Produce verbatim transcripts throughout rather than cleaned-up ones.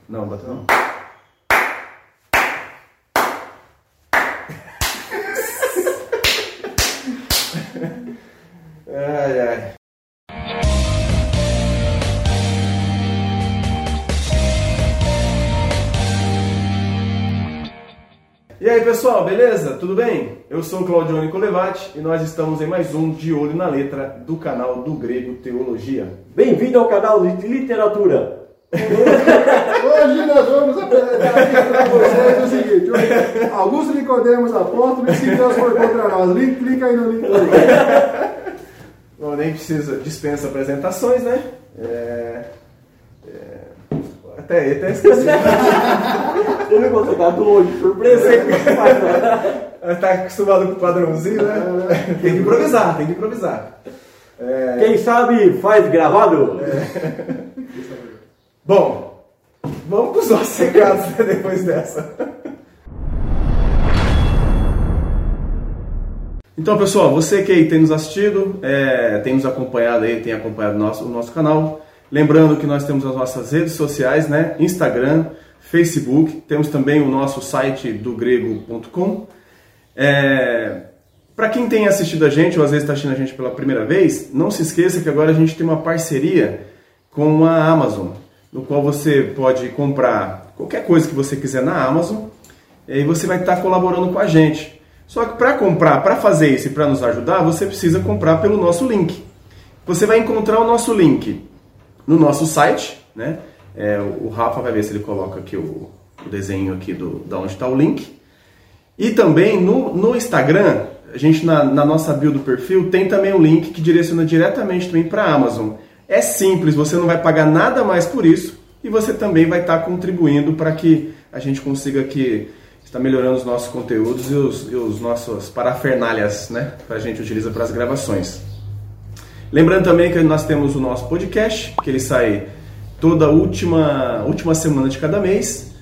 Não, bateu não. Ai, ai. E aí pessoal, beleza? Tudo bem? Eu sou o Claudione Colevati e nós estamos em mais um De Olho na Letra do canal do Grego Teologia. Bem-vindo ao canal de literatura. Hoje nós vamos apresentar aqui para vocês o seguinte: Augusto Nicodemos Apóstolo e se Deus for contra nós. Link, clica aí no link. Bom, nem precisa, dispensa apresentações, né? É... É... Até, até esqueci. Eu não vou tocar do longe, surpresa. Tá acostumado com o padrãozinho, né? Tem que improvisar, tem que improvisar. É... Quem sabe faz gravado. É... Bom, vamos para os nossos recados, né, depois dessa. Então, pessoal, você que aí tem nos assistido, é, tem nos acompanhado aí, tem acompanhado o nosso, o nosso canal. Lembrando que nós temos as nossas redes sociais, né? Instagram, Facebook, temos também o nosso site do grego ponto com. É, para quem tem assistido a gente, ou às vezes está assistindo a gente pela primeira vez, não se esqueça que agora a gente tem uma parceria com a Amazon, no qual você pode comprar qualquer coisa que você quiser na Amazon e você vai estar colaborando com a gente. Só que para comprar, para fazer isso e para nos ajudar, você precisa comprar pelo nosso link. Você vai encontrar o nosso link no nosso site, né? É, o Rafa vai ver se ele coloca aqui o, o desenho aqui do, da onde está o link. E também no, no Instagram, a gente na, na nossa bio do perfil tem também um link que direciona diretamente também para a Amazon. É simples, você não vai pagar nada mais por isso e você também vai estar contribuindo para que a gente consiga aqui estar melhorando os nossos conteúdos e os, e os nossos parafernálias, né? Que a gente utiliza para as gravações. Lembrando também que nós temos o nosso podcast, que ele sai toda última, última semana de cada mês.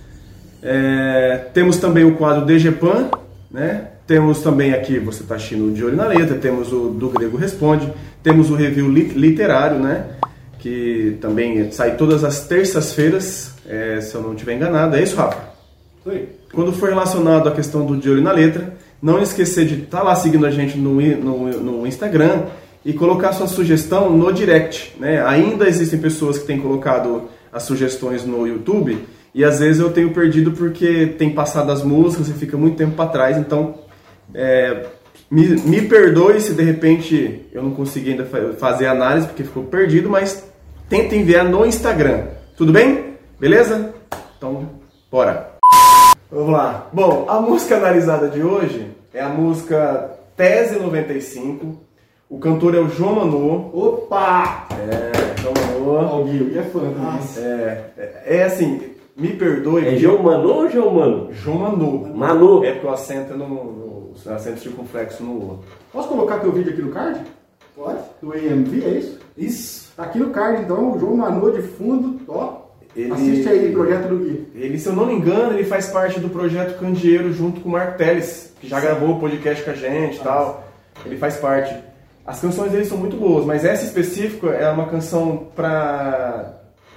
É, temos também o quadro D G Pan, né? Temos também aqui, você está assistindo o De Olho na Letra, temos o Do Grego Responde, temos o review literário, né? Que também sai todas as terças-feiras, é, se eu não estiver enganado. É isso, Rafa? Oi. Quando for relacionado à questão do De Olho na Letra, não esquecer de estar tá lá seguindo a gente no, no, no Instagram e colocar sua sugestão no direct, né? Ainda existem pessoas que têm colocado as sugestões no YouTube e às vezes eu tenho perdido porque tem passado as músicas e fica muito tempo para trás, então é, me, me perdoe se de repente eu não consegui ainda fazer a análise porque ficou perdido, mas tenta enviar no Instagram, tudo bem? Beleza? Então, bora! Vamos lá. Bom, a música analisada de hoje é a música Tese noventa e cinco. O cantor é o João Manô. Opa! É, João Manô. Alguém é fã também. É, é, é assim, me perdoe. É João Manô ou João Mano? João Manô. Manô. É porque o acento é no, no o acento circunflexo no O. Posso colocar teu vídeo aqui no card? Pode. Do A M V, é isso? Isso. Tá aqui no card, então, o João Manô de fundo, ó. Ele, Assiste aí, Projeto do Gui. Ele, se eu não me engano, ele faz parte do Projeto Candeeiro junto com o Marco Teles, que já gravou o podcast com a gente e tal. Ele faz parte. As canções dele são muito boas, mas essa específica é uma canção pra...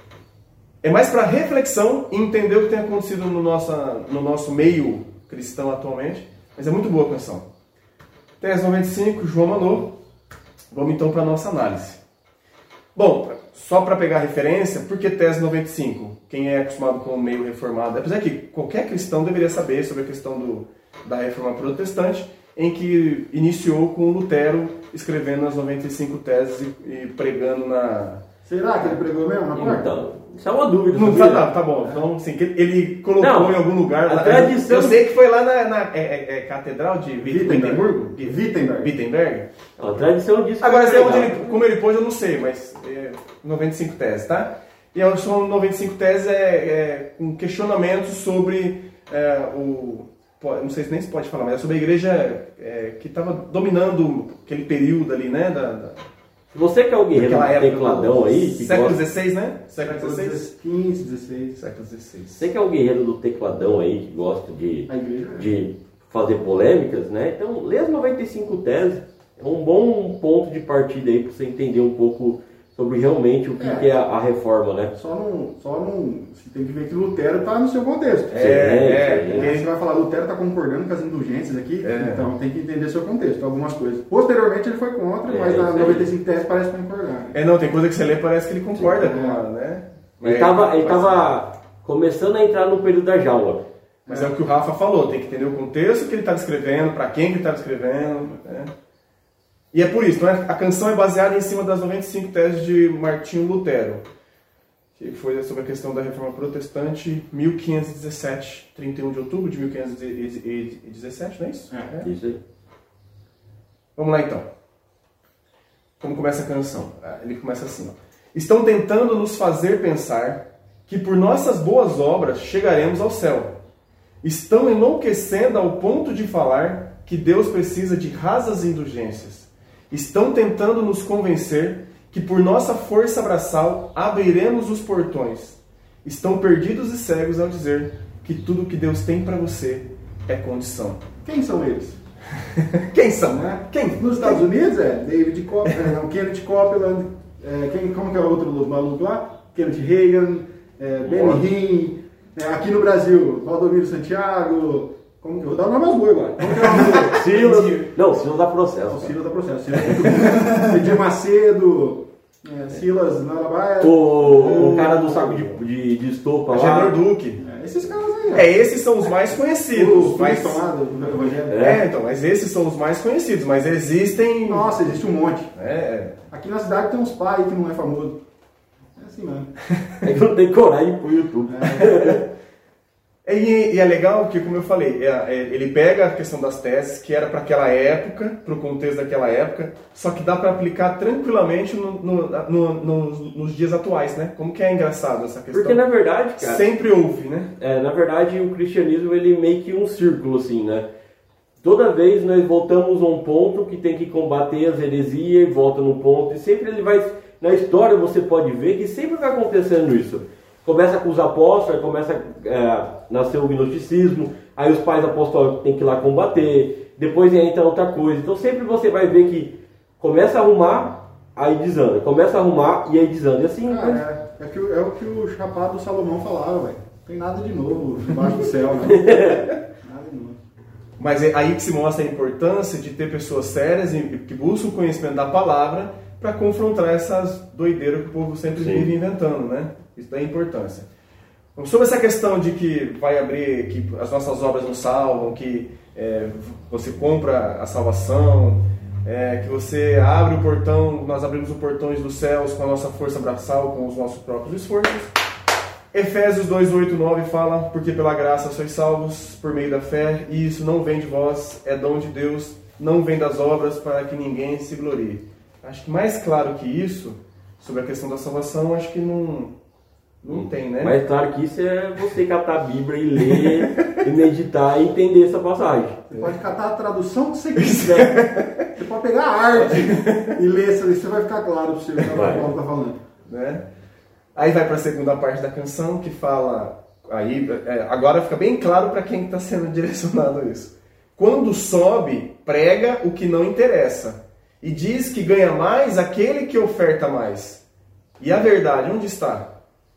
É mais para reflexão e entender o que tem acontecido no nosso, no nosso meio cristão atualmente. Mas é muito boa a canção. Tese noventa e cinco, João Manô. Vamos então para a nossa análise. Bom, só para pegar referência, por que Tese noventa e cinco? Quem é acostumado com o meio reformado, apesar que qualquer cristão deveria saber sobre a questão do, da reforma protestante, em que iniciou com Lutero escrevendo as noventa e cinco teses e, e pregando na... Será que ele pregou mesmo na porta? Então, isso é uma dúvida. Não, tá, tá, tá bom. Então, assim, que ele colocou não, em algum lugar... A lá, tradição... Eu sei que foi lá na, na é, é, é, Catedral de Wittenberg. Wittenberg. Wittenberg. A tradição disso. Agora, sei onde ele, como ele pôs, eu não sei, mas é, noventa e cinco teses, tá? E são noventa e cinco teses é, é, com questionamentos sobre é, o... Não sei se nem se pode falar, mas é sobre a igreja é, que estava dominando aquele período ali, né? Da, da, Você que é o guerreiro do tecladão do, aí... Que século gosta... dezesseis, né? Século dezesseis? quinze, dezesseis. Século dezesseis. Você que é o guerreiro do tecladão aí, que gosta de, de fazer polêmicas, né? Então, lê as noventa e cinco teses. É um bom ponto de partida aí para você entender um pouco sobre realmente o que é, que é a, a reforma, né? Só não, só não, você tem que ver que Lutero está no seu contexto. É, é, é, é. Você vai falar, Lutero está concordando com as indulgências aqui, é. Então tem que entender seu contexto, algumas coisas. Posteriormente ele foi contra, é, mas na noventa e cinco Teses parece concordar. É, não, tem coisa que você lê parece que ele concorda Sim, com ela, né? Ele estava ele tava começando a entrar no período da jaula. Mas é. é o que o Rafa falou, tem que entender o contexto que ele está descrevendo, para quem que ele está descrevendo, né? E é por isso, não é? A canção é baseada em cima das noventa e cinco teses de Martinho Lutero, que foi sobre a questão da Reforma Protestante, mil quinhentos e dezessete, trinta e um de outubro de mil quinhentos e dezessete, não é isso? É, é. Isso aí. Vamos lá então. Como começa a canção? Ele começa assim, ó. Estão tentando nos fazer pensar que por nossas boas obras chegaremos ao céu. Estão enlouquecendo ao ponto de falar que Deus precisa de rasas indulgências. Estão tentando nos convencer que por nossa força braçal abriremos os portões. Estão perdidos e cegos ao dizer que tudo que Deus tem para você é condição. Quem são eles? Quem são, né? Quem? Nos Estados Unidos é David Copeland, é, Kenneth Copeland, é, quem, como que é o outro maluco lá? Kenneth Reagan, é, Benny Hinn, é, aqui no Brasil, Valdomiro Santiago. Como que eu vou dar o nome aos boi agora? Como que é o nome dele? Silas. Não, Silas dá processo. Silas dá processo. Edir Macedo, é, Silas Narabaia. O, o cara do saco de, de, de estopa lá. Agenor Duque. É, esses caras aí. É, esses são os mais conhecidos. O mas... tomado do Evangelho. É, então, mas esses são os mais conhecidos, mas existem... Nossa, existe um monte. É. Aqui na cidade tem uns pais que não é famoso. É assim mesmo. É que não tem coragem pro YouTube. É. E, e é legal que, como eu falei, é, é, ele pega a questão das teses, que era para aquela época, para o contexto daquela época, só que dá para aplicar tranquilamente no, no, no, nos, nos dias atuais, né? Como que é engraçado essa questão. Porque, na verdade, cara... Sempre houve, né? É, na verdade, o cristianismo, ele é meio que um círculo, assim, né? Toda vez nós voltamos a um ponto que tem que combater as heresias e volta no ponto, e sempre ele vai... Na história você pode ver que sempre vai acontecendo isso. Começa com os apóstolos, começa a é, nascer o gnosticismo, aí os pais apostólicos têm que ir lá combater, depois entra outra coisa. Então sempre você vai ver que começa a arrumar, aí desanda, começa a arrumar e aí desanda. E assim, ah, né? é, é, que, é o que o chapado Salomão falava, velho. Não tem nada de novo debaixo do céu, né? Nada de novo. Mas é aí que se mostra a importância de ter pessoas sérias que buscam o conhecimento da palavra para confrontar essas doideiras que o povo sempre Sim. vive inventando, né? Isso dá importância. Sobre essa questão de que vai abrir, que as nossas obras nos salvam, que é, você compra a salvação, é, que você abre o portão, nós abrimos os portões dos céus com a nossa força braçal, com os nossos próprios esforços. Efésios dois, oito, nove fala, porque pela graça sois salvos por meio da fé, e isso não vem de vós, é dom de Deus, não vem das obras para que ninguém se glorie. Acho que mais claro que isso, sobre a questão da salvação, acho que não... Não tem, né? Mas claro que isso é você catar a Bíblia e ler, e meditar e entender essa passagem. Você pode catar a tradução que você quiser. Você pode pegar a arte e ler isso aí, você vai ficar claro para você o que o Paulo está falando. Né? Aí vai para a segunda parte da canção que fala... Aí, agora fica bem claro para quem está sendo direcionado isso. Quando sobe, prega o que não interessa. E diz que ganha mais aquele que oferta mais. E a verdade, onde está?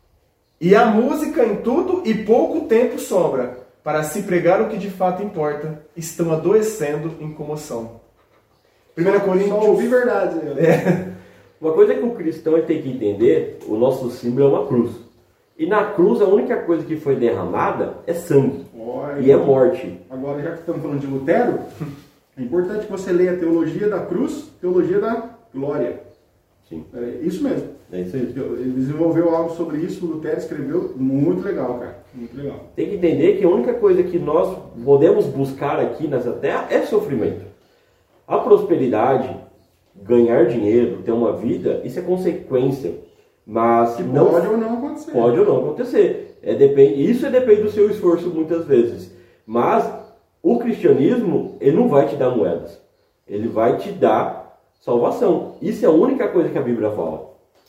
E a música em tudo e pouco tempo sobra, para se pregar o que de fato importa, estão adoecendo em comoção. primeira Coríntios... Só ouvir verdade. É. Uma coisa que o cristão ele tem que entender, o nosso símbolo é uma cruz. E na cruz a única coisa que foi derramada é sangue. Olha, e é morte. Agora, já que estamos falando de Lutero, é importante que você leia a teologia da cruz, teologia da glória. Sim. É isso mesmo. É isso aí. Ele desenvolveu algo sobre isso, o Lutero escreveu, muito legal, cara. Muito legal. Tem que entender que a única coisa que nós podemos buscar aqui nessa terra é sofrimento. A prosperidade, ganhar dinheiro, ter uma vida, isso é consequência. Mas que não, pode ou não acontecer. Pode ou não acontecer. É, depende, isso é, depende do seu esforço muitas vezes. Mas o cristianismo, ele não vai te dar moedas. Ele vai te dar salvação. Isso é a única coisa que a Bíblia fala.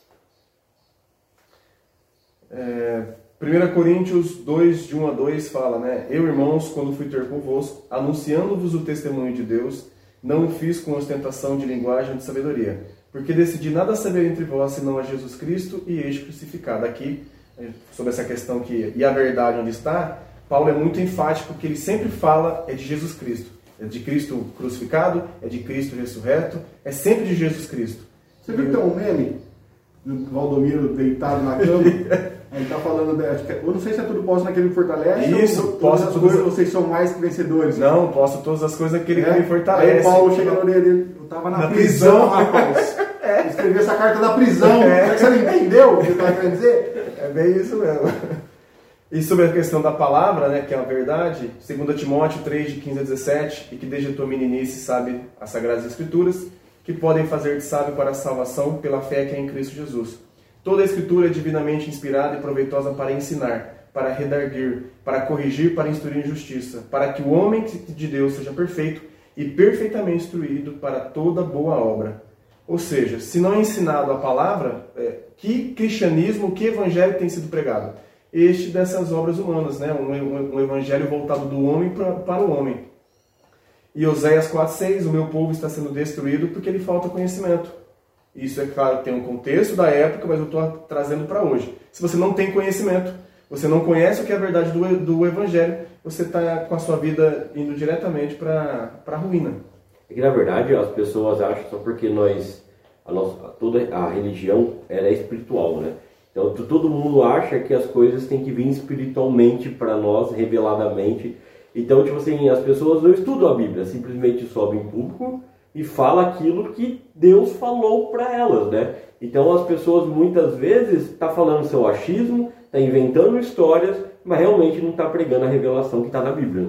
É, primeira Coríntios dois, de um a dois fala, né? Eu, irmãos, quando fui ter convosco, anunciando-vos o testemunho de Deus, não o fiz com ostentação de linguagem ou de sabedoria, porque decidi nada saber entre vós, senão a Jesus Cristo e este crucificado. Aqui, sobre essa questão que, e a verdade onde está, Paulo é muito enfático, porque ele sempre fala é de Jesus Cristo. É de Cristo crucificado, é de Cristo ressurreto, é sempre de Jesus Cristo. Você viu que tem um meme do Valdomiro deitado na cama? Ele tá falando, de, acho que, eu não sei se é tudo posto naquele que me fortalece. Isso, ou posto todas as todas coisas, vocês são mais que vencedores. Não, posto todas as coisas naquele é? que me fortalece. Aí o Paulo chega na orelha dele, eu tava na, na prisão, prisão, rapaz. É. Eu escrevi essa carta da prisão. É. Será que você não entendeu o que eu tava querendo dizer? É bem isso mesmo. E sobre a questão da palavra, né, que é a verdade, segundo Timóteo três, de quinze a dezessete, e que desde a tua meninice sabe as Sagradas Escrituras, que podem fazer-te sábio para a salvação pela fé que é em Cristo Jesus. Toda a Escritura é divinamente inspirada e proveitosa para ensinar, para redarguir, para corrigir, para instruir em justiça, para que o homem de Deus seja perfeito e perfeitamente instruído para toda boa obra. Ou seja, se não é ensinado a palavra, é, que cristianismo, que evangelho tem sido pregado? Este dessas obras humanas, né? um, um, um evangelho voltado do homem pra, para o homem. E Oséias quatro, seis, o meu povo está sendo destruído porque lhe falta conhecimento. Isso, é claro, tem um contexto da época, mas eu estou trazendo para hoje. Se você não tem conhecimento, você não conhece o que é a verdade do, do evangelho, você está com a sua vida indo diretamente para a ruína. É que, na verdade, as pessoas acham só porque nós, a nossa, toda a religião ela é espiritual, né? Então, todo mundo acha que as coisas têm que vir espiritualmente para nós, reveladamente. Então, tipo assim, as pessoas não estudam a Bíblia, simplesmente sobem em público e falam aquilo que Deus falou para elas, né? Então, as pessoas muitas vezes estão tá falando seu achismo, estão tá inventando histórias, mas realmente não está pregando a revelação que está na Bíblia.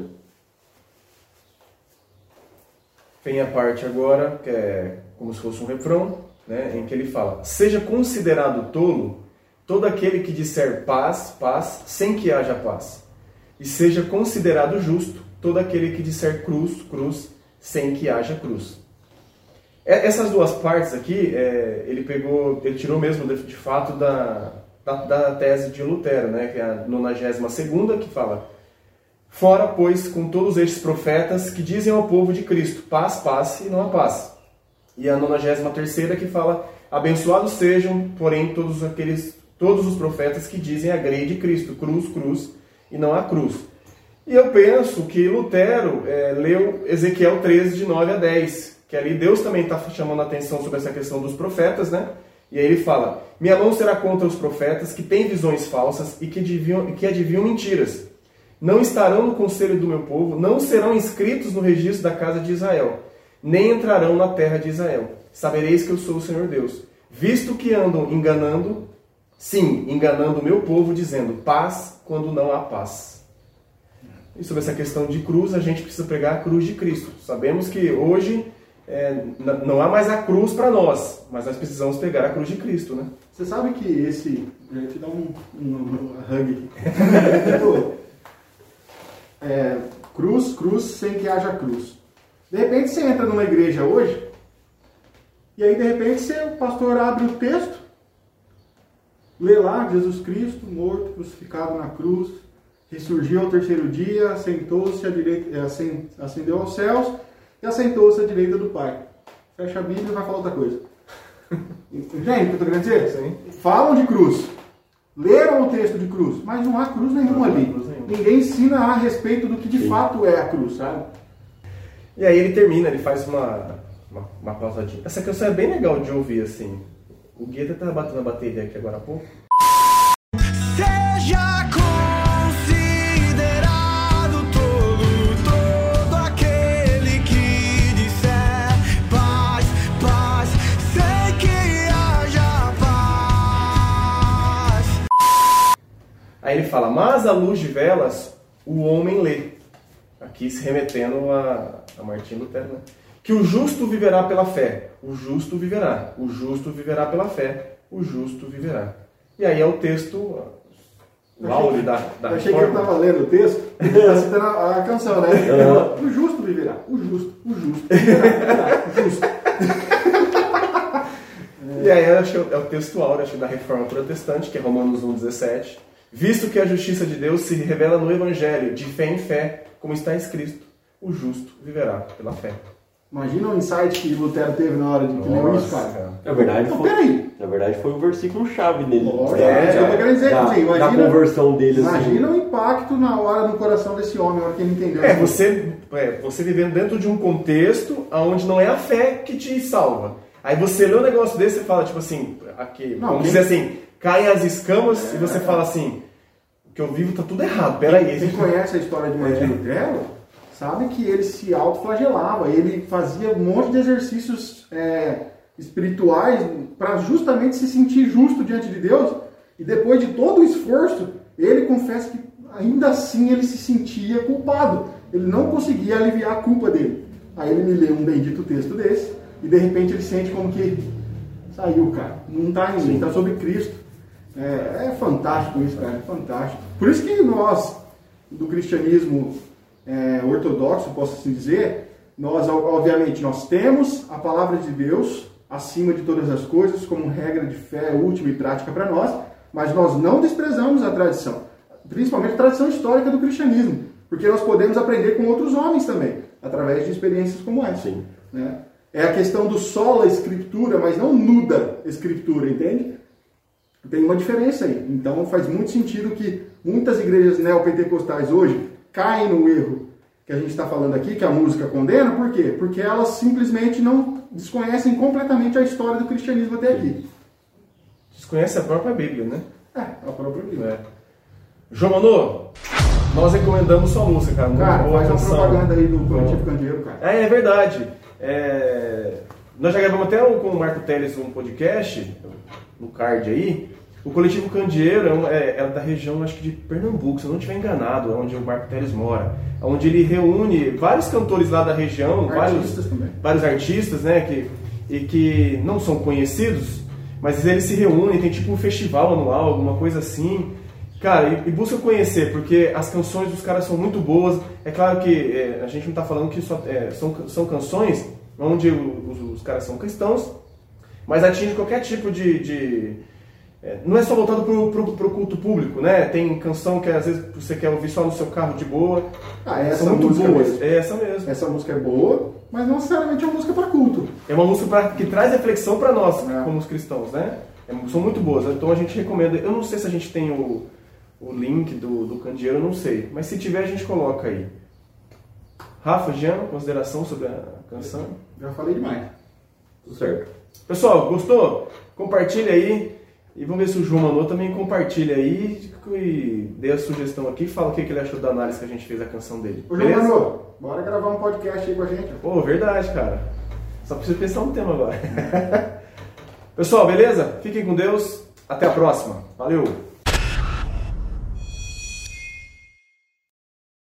Vem a parte agora, que é como se fosse um refrão, né, em que ele fala: seja considerado tolo todo aquele que disser paz, paz, sem que haja paz. E seja considerado justo todo aquele que disser cruz, cruz, sem que haja cruz. Essas duas partes aqui, é, ele pegou, ele tirou mesmo de, de fato da, da, da tese de Lutero, né, que é a nonagésima segunda, que fala: fora, pois, com todos estes profetas que dizem ao povo de Cristo, paz, paz, e não há paz. E a nonagésima terceira que fala: abençoados sejam, porém, todos aqueles todos os profetas que dizem a grei de Cristo, cruz, cruz, e não a cruz. E eu penso que Lutero é, leu Ezequiel treze, de nove a dez, que ali Deus também está chamando a atenção sobre essa questão dos profetas, né? E aí ele fala: minha mão será contra os profetas que têm visões falsas e que adivinham, que adivinham mentiras. Não estarão no conselho do meu povo, não serão inscritos no registro da casa de Israel, nem entrarão na terra de Israel. Sabereis que eu sou o Senhor Deus. Visto que andam enganando, sim, enganando o meu povo, dizendo paz quando não há paz. E sobre essa questão de cruz, a gente precisa pregar a cruz de Cristo. Sabemos que hoje é, não há mais a cruz para nós, mas nós precisamos pegar a cruz de Cristo, né? Você sabe que esse... Eu te dar um, um, um hug aqui. é, cruz, cruz, sem que haja cruz. De repente você entra numa igreja hoje, e aí de repente você, o pastor abre o texto, lê lá: Jesus Cristo, morto, crucificado na cruz, ressurgiu ao terceiro dia, assentou-se à direita, ascendeu aos céus e assentou-se à direita do Pai. Fecha a Bíblia e vai falar outra coisa. Entende o que eu estou querendo dizer? Sim. Falam de cruz, leram o texto de cruz, mas não há cruz nenhuma ali. Cruz nenhuma. Ninguém ensina a respeito do que de Sim. fato é a cruz, sabe? E aí ele termina, ele faz uma, uma, uma pausadinha. Essa canção é bem legal de ouvir, assim. O Guetta tá batendo a bateria aqui agora há pouco. Seja considerado tolo todo aquele que disser paz, paz, sem que haja paz. Aí ele fala: mas à luz de velas o homem lê. Aqui se remetendo a, a Martim Lutero, né? Que o justo viverá pela fé. O justo viverá. O justo viverá pela fé. O justo viverá. E aí é o texto, o áudio da, da Eu achei reforma. Que ele estava lendo o texto e está citando a, a canção, né? Uhum. O justo viverá. O justo. O justo viverá. O justo. E aí acho, é o texto áureo, acho, da Reforma Protestante, que é Romanos um, dezessete. Visto que a justiça de Deus se revela no Evangelho, de fé em fé, como está escrito: o justo viverá pela fé. Imagina o insight que Lutero teve na hora de que leu isso, cara. cara. Na verdade, Então, foi, peraí. na verdade foi um versículo chave dele. Lógico, É, é isso que eu tô querendo dizer. Da, assim, da imagina, conversão dele. imagina assim. o impacto na hora no coração desse homem, na hora que ele entendeu. É, isso. você, é, você vivendo dentro de um contexto onde não é a fé que te salva. Aí você lê um negócio desse e fala, tipo assim, aqui, Não, vamos quem- dizer assim, caem as escamas É. e você fala assim, o que eu vivo tá tudo errado, peraí. Quem conhece a história de Martinho Lutero sabe que ele se autoflagelava, ele fazia um monte de exercícios é, espirituais para justamente se sentir justo diante de Deus, e depois de todo o esforço, ele confessa que ainda assim ele se sentia culpado, ele não conseguia aliviar a culpa dele. Aí ele me lê um bendito texto desse, e de repente ele sente como que saiu, cara, não está em mim, está sobre Cristo. É, é fantástico isso, cara, é fantástico. Por isso que nós, do cristianismo é, ortodoxo, posso assim dizer, nós, obviamente, nós temos a palavra de Deus acima de todas as coisas, como regra de fé última e prática para nós, mas nós não desprezamos a tradição, principalmente a tradição histórica do cristianismo, porque nós podemos aprender com outros homens também, através de experiências como essa. Sim. Né? É a questão do sola escritura, mas não nuda escritura, entende? Tem uma diferença aí. Então faz muito sentido que muitas igrejas neopentecostais hoje caem no erro que a gente está falando aqui, que a música condena. Por quê? Porque elas simplesmente não desconhecem completamente a história do cristianismo até aqui. Desconhece a própria Bíblia, né? É, a própria Bíblia. É. João Manu, nós recomendamos sua música, cara. Muito Cara, boa faz uma canção. propaganda aí do Coletivo Candeeiro, cara. É, é verdade. É, Nós já gravamos até com o Marco Teles um podcast, no card aí. O Coletivo Candeeiro é, um, é, é da região, acho que de Pernambuco, se eu não estiver enganado, onde o Marco Teles mora. Onde ele reúne vários cantores lá da região, Artistas vários, também. vários artistas, né, que, e que não são conhecidos, mas eles se reúnem, tem tipo um festival anual, alguma coisa assim. Cara, e, e busca conhecer, porque as canções dos caras são muito boas. É claro que é, a gente não está falando que só, é, são, são canções onde os, os caras são cristãos, mas atinge qualquer tipo de... de é, não é só voltado pro, pro, pro culto público, né? Tem canção que às vezes você quer ouvir só no seu carro de boa. Ah, essa são muito música boas. mesmo. É essa mesmo. Essa música é boa, mas não necessariamente é uma música para culto. É uma música pra, que traz reflexão para nós, É. como os cristãos, né? É, são muito boas, então a gente recomenda. Eu não sei se a gente tem o, o link do, do Candeeiro, eu não sei. Mas se tiver, a gente coloca aí. Rafa, Jean, consideração sobre a canção? Já falei demais. Tudo certo. Pessoal, gostou? Compartilha aí. E vamos ver se o João Manu também compartilha aí e dê a sugestão aqui e fala o que ele achou da análise que a gente fez da canção dele. Ô, João Beleza? Manu, bora gravar um podcast aí com a gente. ó. Pô, verdade, cara. Só preciso pensar um tema agora. Pessoal, beleza? Fiquem com Deus. Até a próxima. Valeu!